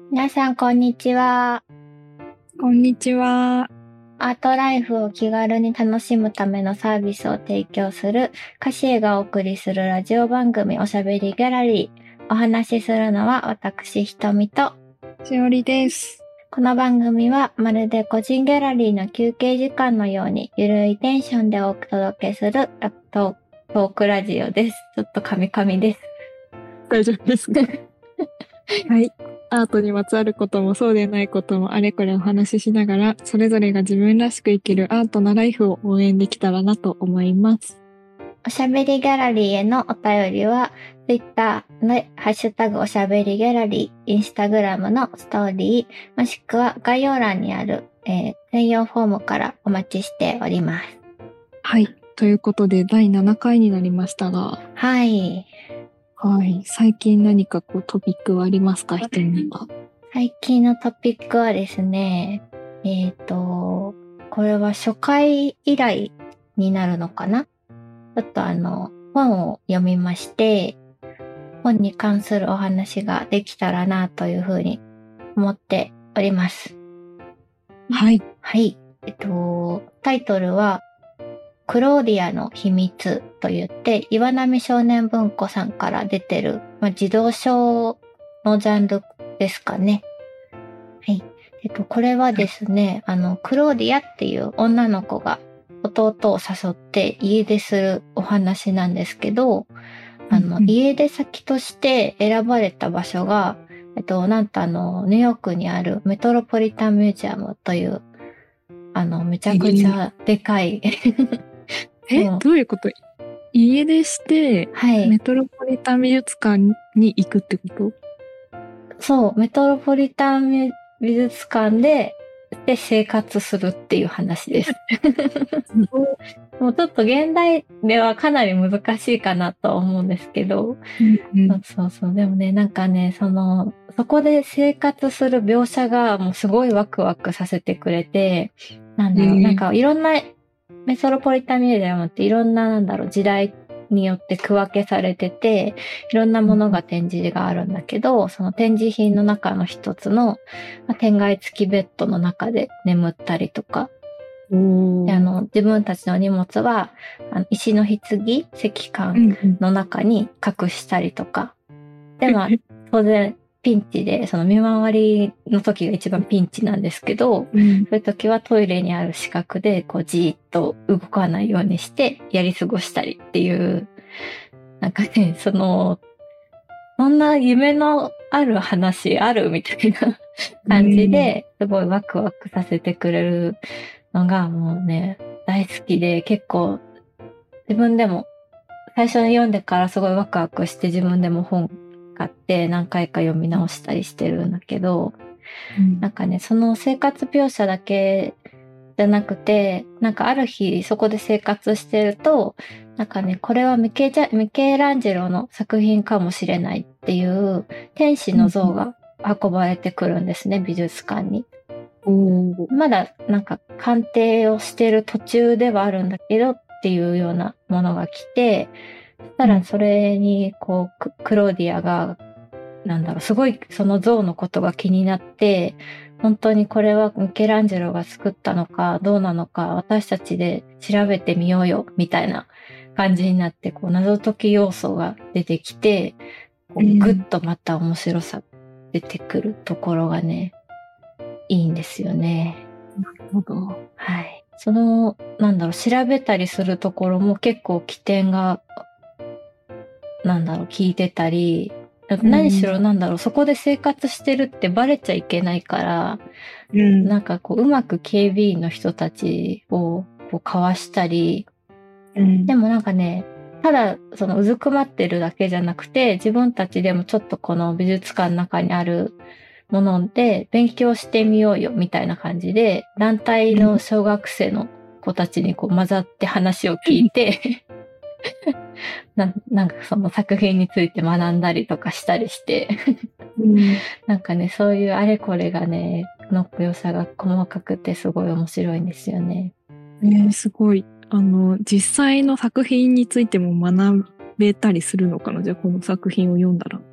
皆さん、こんにちは。 こんにちは。 アートライフを気軽に楽しむためのサービスを提供するカシエがお送りするラジオ番組おしゃべりギャラリー。お話しするのは私ひとみと、 しおりです。 この番組はまるで個人ギャラリーの休憩時間のようにゆるいテンションでお届けするトークラジオです。ちょっとカミカミです。 大丈夫ですか？はい。アートにまつわることもそうでないこともあれこれお話ししながら、それぞれが自分らしく生きるアートなライフを応援できたらなと思います。 おしゃべりギャラリーへのお便りは、Twitter のハッシュタグおしゃべりギャラリー、Instagram のストーリー、もしくは概要欄にある、専用フォームからお待ちしております。 はい。ということで、第7回になりましたが、 はい。 はい。最近何かトピックはありますか、人には。 最近のトピックはですね、これは初回以来になるのかな？ちょっと本を読みまして、本に関するお話ができたらなというふうに思っております。 はい。 はい。タイトルは、クローディアの秘密と言って、岩波少年文庫さんから出てる、児童書のジャンルですかね。はい。これはですね、クローディアっていう女の子が弟を誘って家出するお話なんですけど、家出先として選ばれた場所が、なんとニューヨークにあるメトロポリタンミュージアムという、めちゃくちゃでかい、 どういうこと？家出して、 はい。 メトロポリタン美術館に行くってこと？ そう、メトロポリタン美術館で生活するっていう話です。もうちょっと現代ではかなり難しいかなと思うんですけど、そうそう。でもね、なんかね、そこで生活する描写がもうすごいワクワクさせてくれて、なんかいろんなメトロポリタンミュージアムっていろんな時代によって区分けされてて、いろんなものが展示があるんだけど、その展示品の中の一つの、天蓋付きベッドの中で眠ったりとか、で自分たちの荷物は石の棺、石棺の中に隠したりとか、で当然ピンチでその見回りの時が一番ピンチなんですけど、そういう時はトイレにある四角でじーっと動かないようにしてやり過ごしたりっていう、なんかね、そんな夢のある話あるみたいな感じですごいワクワクさせてくれるのがもうね、大好きで、結構自分でも最初に読んでからすごいワクワクして自分でも本買って何回か読み直したりしてるんだけど、なんかね、その生活描写だけじゃなくて、なんかある日そこで生活してると、なんかね、これはミケランジェロの作品かもしれないっていう天使の像が運ばれてくるんですね、美術館に。まだなんか鑑定をしてる途中ではあるんだけどっていうようなものが来て、そしたらそれにクローディアがすごいその像のことが気になって、本当にこれはミケランジェロが作ったのかどうなのか私たちで調べてみようよみたいな感じになって謎解き要素が出てきて、ぐっとまた面白さ出てくるところがね、いいんですよね。 なるほど。 はい。調べたりするところも結構起点が、聞いてたり、何しろそこで生活してるってバレちゃいけないから、うまく警備員の人たちをかわしたり、でもなんかね、ただうずくまってるだけじゃなくて、自分たちでもちょっとこの美術館の中にあるもので勉強してみようよみたいな感じで、団体の小学生の子たちに混ざって話を聞いてなんかその作品について学んだりとかしたりしてなんかね、そういうあれこれがね、の描写が細かくてすごい面白いんですよね。 すごい。実際の作品についても学べたりするのかな？じゃあこの作品を読んだら。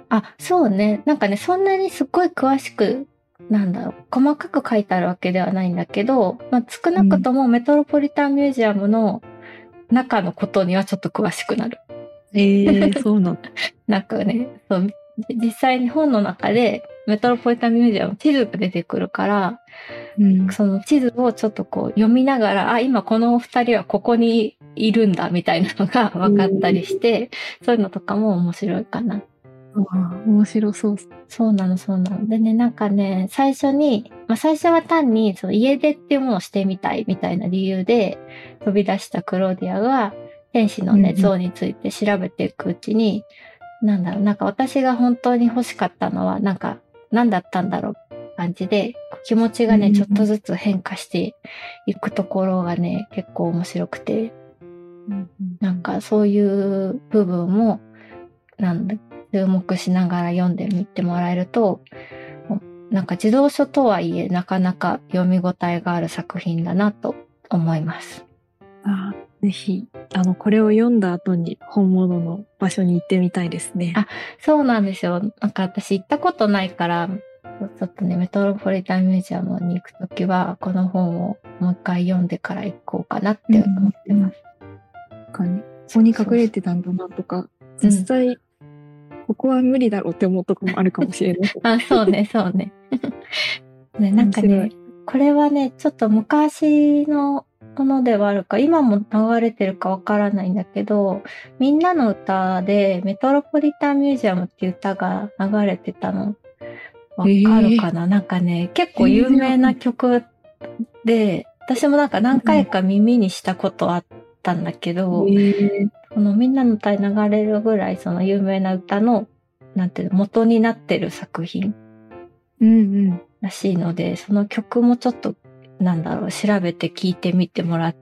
あ、そうね。なんかね、そんなにすっごい詳しく、細かく書いてあるわけではないんだけど、少なくともメトロポリタンミュージアムの中のことにはちょっと詳しくなる。 そうなんだ。 なんかね、そう、実際に本の中でメトロポリタンミュージアム地図が出てくるから、その地図をちょっとこう読みながら、今この二人はここにいるんだみたいなのが分かったりして、そういうのとかも面白いかな。 面白そう。 そうなの。でね、なんかね、最初は単にその家出っていうものをしてみたいみたいな理由で飛び出したクローディアが天使のね、像について調べていくうちに、なんか私が本当に欲しかったのは、何だったんだろうって感じで、気持ちがね、ちょっとずつ変化していくところがね、結構面白くて、なんかそういう部分も、注目しながら読んでみてもらえると、なんか児童書とはいえなかなか読み応えがある作品だなと思います。 ぜひ、これを読んだ後に本物の場所に行ってみたいですね。 あ、そうなんですよ。なんか私行ったことないから、ちょっとね、メトロポリタンミュージアムに行くときは、この本をもう一回読んでから行こうかなって思ってます。 ここに隠れてたんだなとか、実際、ここは無理だろうって思うとこもあるかもしれない。 そうね。ね、なんかね、これはね、ちょっと昔のものではあるか、今も流れてるかわからないんだけど、みんなの歌でメトロポリタンミュージアムっていう歌が流れてたの、わかるかな、なんかね、結構有名な曲で、私もなんか何回か耳にしたことあったんだけど、このみんなの歌に流れるぐらいその有名な歌の、元になってる作品らしいので、その曲もちょっと、調べて聞いてみてもらって、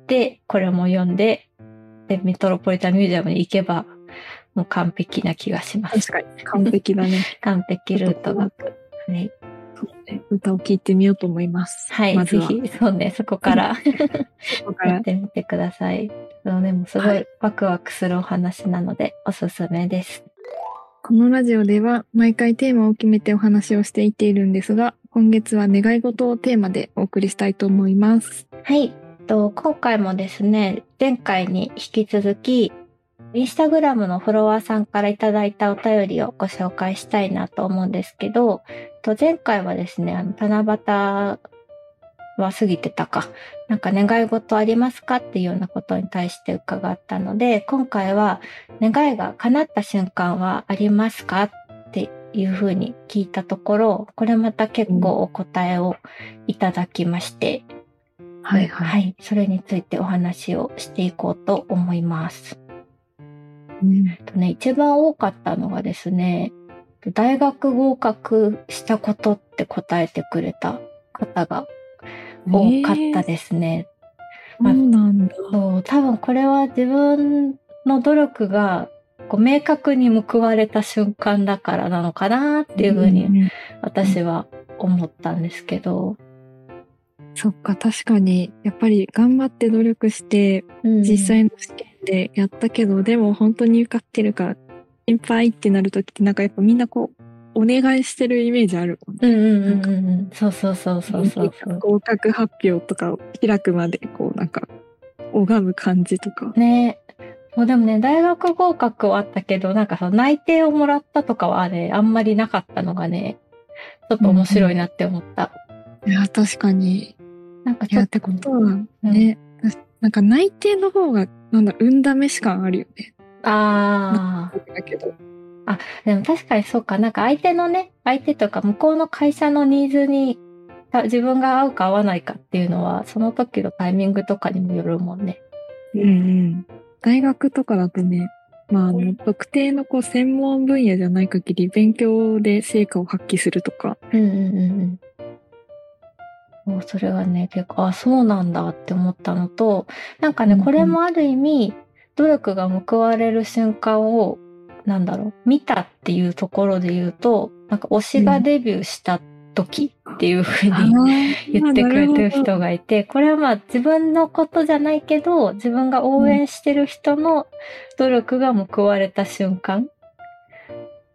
これも読んで、で、メトロポリタンミュージアムに行けば、もう完璧な気がします。 確かに、完璧だね。 完璧ルートが。はい。 歌を聴いてみようと思います。 はい、ぜひ、そうね、そこからやってみてください。でもすごいワクワクするお話なので、おすすめです。 このラジオでは毎回テーマを決めてお話をしていっているんですが、今月は願い事をテーマでお送りしたいと思います。 はい。今回もですね、前回に引き続き、インスタグラムのフォロワーさんからいただいたお便りをご紹介したいなと思うんですけど、前回はですね、七夕は過ぎてたか。なんか願い事ありますかっていうようなことに対して伺ったので、今回は願いが叶った瞬間はありますかっていうふうに聞いたところ、これまた結構お答えをいただきまして、はい。それについてお話をしていこうと思います。一番多かったのがですね、大学合格したことって答えてくれた方が多かったですね。 そうなんだ。 多分これは自分の努力が明確に報われた瞬間だからなのかなっていうふうに私は思ったんですけど。 そっか、確かにやっぱり頑張って努力して、実際の試験でやったけど、でも本当に受かってるから心配ってなるときってなんかやっぱみんなこうお願いしてるイメージあるもんね。そう。 合格発表とかを開くまでこうなんか拝む感じとか。 ね。もうでもね、大学合格はあったけど、なんかその内定をもらったとかはね、あんまりなかったのがね、ちょっと面白いなって思った。 いや、確かに。 なんかちょっと。 ってことはね、なんか内定の方が、運試し感あるよね。だけど。 でも確かにそうか。なんか相手とか向こうの会社のニーズに自分が合うか合わないかっていうのは、その時のタイミングとかにもよるもんね。 大学とかだとね、特定の専門分野じゃない限り勉強で成果を発揮するとか。 もうそれはね、結構、そうなんだって思ったのと、なんかね、これもある意味、努力が報われる瞬間を、見たっていうところで言うと、なんか推しがデビューした時っていうふうに言ってくれてる人がいて、これは自分のことじゃないけど、自分が応援してる人の努力が報われた瞬間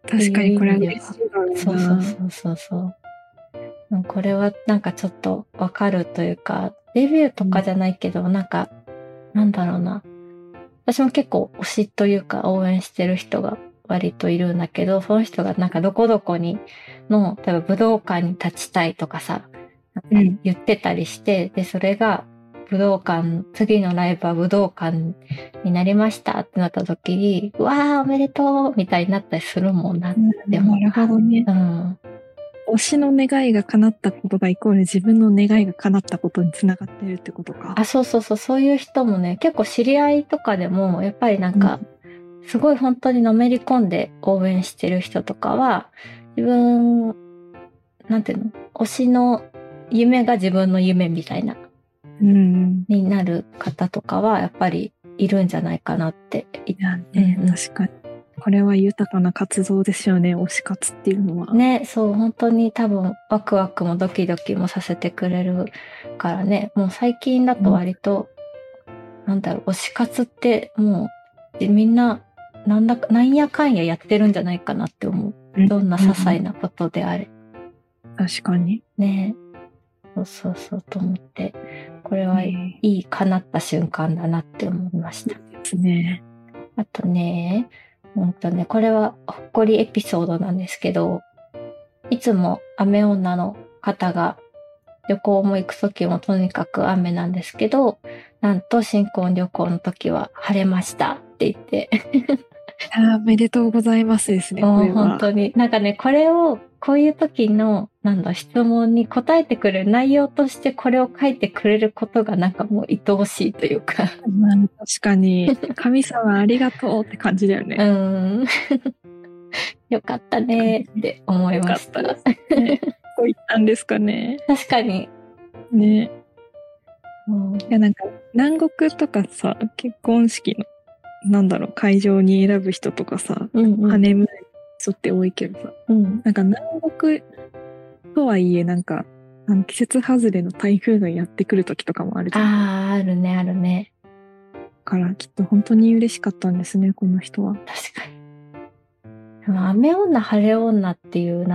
確かにこれは嬉しいだろうな。 そう。これはなんかちょっとわかるというか、デビューとかじゃないけど、なんか、なんだろうな。私も結構推しというか応援してる人が割といるんだけど、その人がなんかどこどこにの、例えば武道館に立ちたいとかさ、なんか言ってたりして、で、それが武道館、次のライブは武道館になりましたってなった時に、うわーおめでとうみたいになったりするもんなって思う。 なるほどね。推しの願いが叶ったことがイコール自分の願いが叶ったことにつながってるってことか。 あ、そういう人もね、結構知り合いとかでも、やっぱりなんか、すごい本当にのめり込んで応援してる人とかは、自分、なんていうの、推しの夢が自分の夢みたいな、になる方とかは、やっぱりいるんじゃないかなって。 確かに。これは豊かな活動ですよね、推し活っていうのは。 ね、そう、本当に多分ワクワクもドキドキもさせてくれるからね、もう最近だと割と、なんだろう、推し活ってもうみんな、なんやかんややってるんじゃないかなって思う。どんな些細なことであれ。 確かに。 ね、そうと思って、これはいい叶った瞬間だなって思いました。 ですね。 あとね、これはほっこりエピソードなんですけど、いつも雨女の方が旅行も行くときもとにかく雨なんですけど、なんと新婚旅行の時は晴れましたって言って。 おめでとうございますですね、これは。 本当に。なんかね、これを、こういう時の、質問に答えてくれる内容としてこれを書いてくれることがなんかもう愛おしいというか。 確かに。神様ありがとうって感じだよね。 よかったねって思いました。 よかったですね。どう言ったんですかね。 確かに。 ね。いやなんか南国とかさ、結婚式の会場に選ぶ人とかさ、ハネムーン人って多いけどさ、なんか南国とはいえなんか季節外れの台風がやってくる時とかもあるじゃん。 あるね。 だからきっと本当に嬉しかったんですね、この人は。 確かに。雨女晴れ女っていう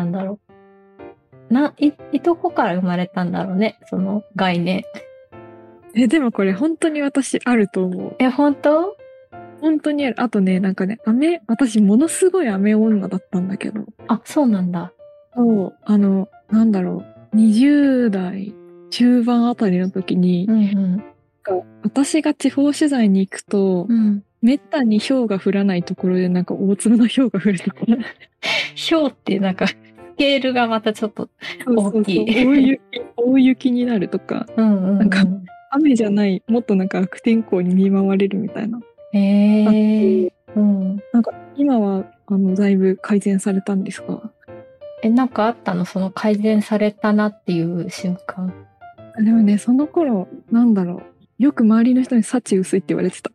いとこから生まれたんだろうね、その概念。 でもこれ本当に私あると思う。 本当？ 本当にある。あとね、私ものすごい雨女だったんだけど。 あ、そうなんだ。 そう、20代中盤あたりの時に、私が地方取材に行くと、めったに氷が降らないところで大粒の氷が降るところ。 氷ってスケールがまたちょっと大きい。大雪になるとか、雨じゃない、もっと悪天候に見舞われるみたいな。今はだいぶ改善されたんですか？ あったの？その改善されたなっていう瞬間。 でもね、その頃よく周りの人に幸薄いって言われてた。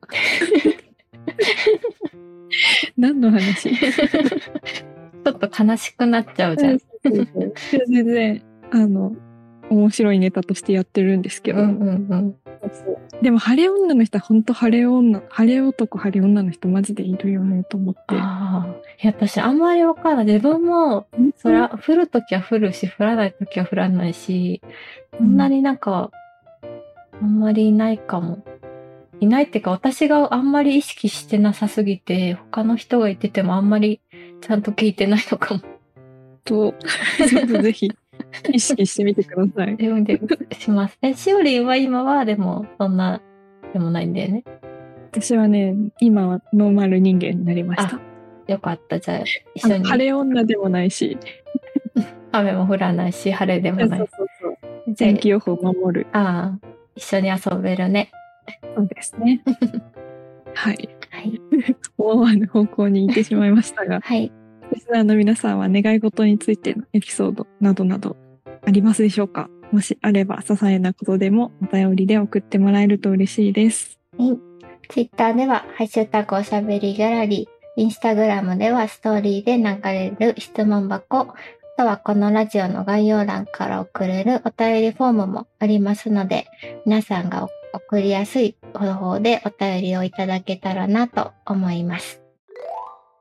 何の話？ちょっと悲しくなっちゃうじゃん。 全然面白いネタとしてやってるんですけど。でも晴れ女の人は本当晴れ男晴れ女の人マジでいるよねと思って。 私あんまりわかんない。自分もそりゃ降るときは降るし降らないときは降らないし、そんなにあんまりいないかも。いないっていうか私があんまり意識してなさすぎて、他の人が言っててもあんまりちゃんと聞いてないのかも。 ちょっとぜひ意識してみてください。 します。しおりんは今はでもそんなでもないんだよね。 私はね、今はノーマル人間になりました。 よかった。じゃあ一緒に。 晴れ女でもないし。 雨も降らないし、晴れでもない。 そう。天気予報を守る。 一緒に遊べるね。 そうですね。はい。思わぬ方向に行ってしまいましたが。リスナーの皆さんは願い事についてのエピソードなどなどありますでしょうか？もしあれば、些細なことでもお便りで送ってもらえると嬉しいです。 ツイッターでは、ハッシュタグおしゃべりギャラリー、インスタグラムではストーリーで流れる質問箱、あとはこのラジオの概要欄から送れるお便りフォームもありますので、皆さんが送りやすい方法でお便りをいただけたらなと思います。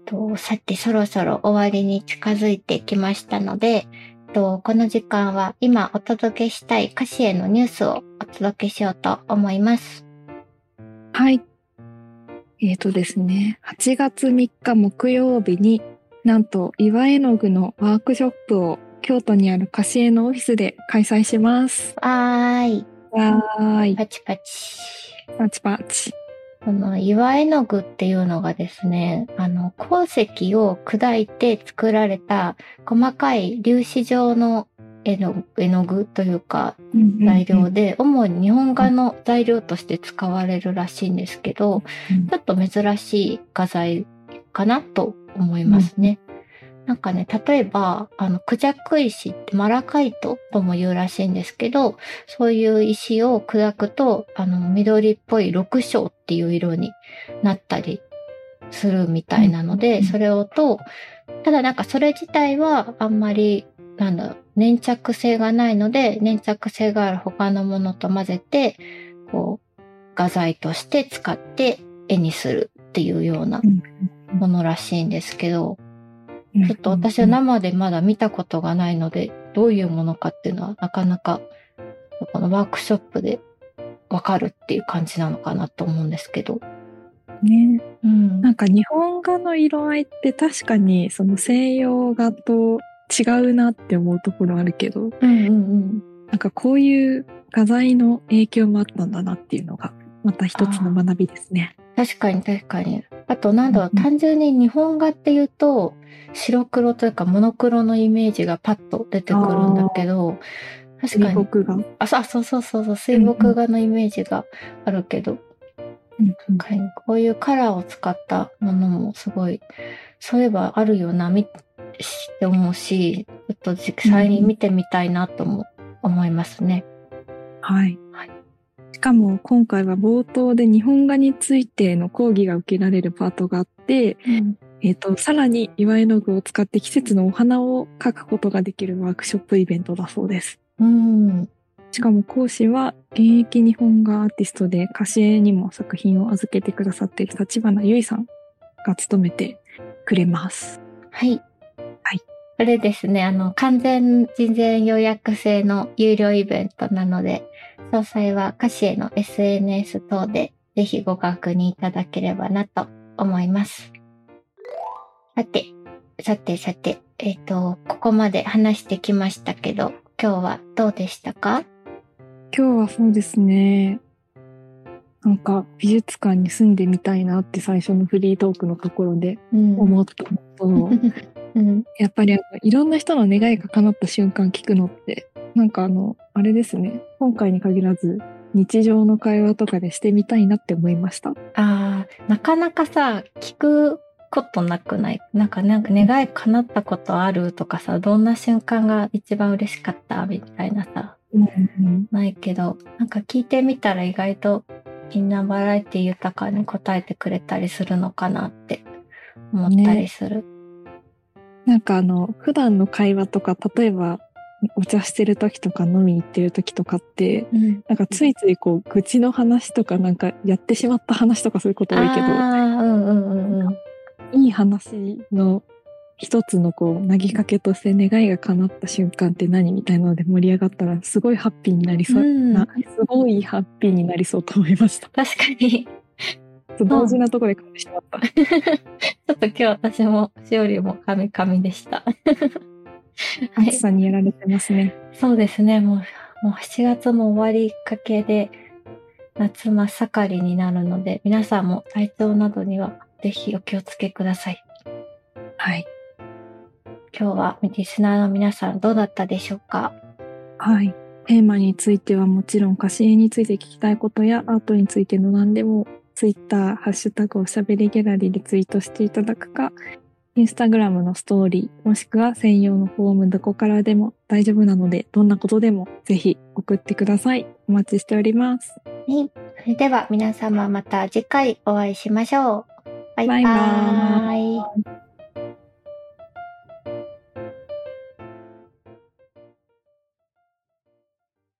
さてそろそろ終わりに近づいてきましたので、この時間は今お届けしたい歌詞へのニュースをお届けしようと思います。 はい。ですね、8月3日木曜日になんと岩絵の具のワークショップを京都にある歌詞絵のオフィスで開催します。 はーい。パチパチ。 パチパチ。 この岩絵の具っていうのがですね、鉱石を砕いて作られた細かい粒子状の絵の具というか材料で、主に日本画の材料として使われるらしいんですけど、ちょっと珍しい画材かなと思いますね。なんかね、例えば、クジャク石ってマラカイトとも言うらしいんですけど、そういう石を砕くと、緑っぽい緑青っていう色になったりするみたいなので、それをただなんかそれ自体はあんまり、粘着性がないので、粘着性がある他のものと混ぜて、画材として使って絵にするっていうようなものらしいんですけど、ちょっと私は生でまだ見たことがないので、どういうものかっていうのはなかなかこのワークショップでわかるっていう感じなのかなと思うんですけど。 ね、なんか日本画の色合いって確かにその西洋画と違うなって思うところあるけど、なんかこういう画材の影響もあったんだなっていうのがまた一つの学びですね。 確かに確かに。あと単純に日本画っていうと白黒というかモノクロのイメージがパッと出てくるんだけど、確かに。 水墨画。 そう、水墨画のイメージがあるけど、こういうカラーを使ったものもすごい、そういえばあるよな、って思うし、ちょっと実際に見てみたいなとも思いますね。 はい。しかも今回は冒頭で日本画についての講義が受けられるパートがあって、さらに岩絵の具を使って季節のお花を描くことができるワークショップイベントだそうです。しかも講師は現役日本画アーティストで歌詞絵にも作品を預けてくださっている立花由衣さんが務めてくれます。 はい。これですね、完全事前予約制の有料イベントなので、詳細は歌詞への SNS 等でぜひご確認いただければなと思います。さて、ここまで話してきましたけど、今日はどうでしたか？ 今日はそうですね。なんか美術館に住んでみたいなって最初のフリートークのところで思ったのと、やっぱりいろんな人の願いが叶った瞬間聞くのって、なんかあれですね。今回に限らず日常の会話とかでしてみたいなって思いました。 なかなかさ、聞くことなくない？なんか願い叶ったことあるとかさ、どんな瞬間が一番嬉しかったみたいなさ、ないけど、なんか聞いてみたら意外とみんなバラエティ豊かに答えてくれたりするのかなって思ったりする。 なんか普段の会話とか、例えばお茶してる時とか飲みに行ってる時とかって、なんかついつい愚痴の話とかなんかやってしまった話とかそういうこと多いけど、いい話の一つの投げかけとして願いが叶った瞬間って何みたいなので盛り上がったらすごいハッピーになりそうな、すごいハッピーになりそうと思いました。 確かに。 同時なところで噛んでしまった。ちょっと今日私もしおりもカミでした。 暑さにやられてますね。 そうですね。もう7月も終わりかけで夏真っ盛りになるので、皆さんも体調などにはぜひお気をつけください。 はい。 今日はリスナーの皆さんどうだったでしょうか？ はい。テーマについてはもちろん歌詞絵について聞きたいことやアートについての何でもTwitter、ハッシュタグおしゃべりギャラリーでツイートしていただくか、インスタグラムのストーリー、もしくは専用のフォームどこからでも大丈夫なので、どんなことでもぜひ送ってください。お待ちしております。 はい。それでは皆様また次回お会いしましょう。バイバーイ。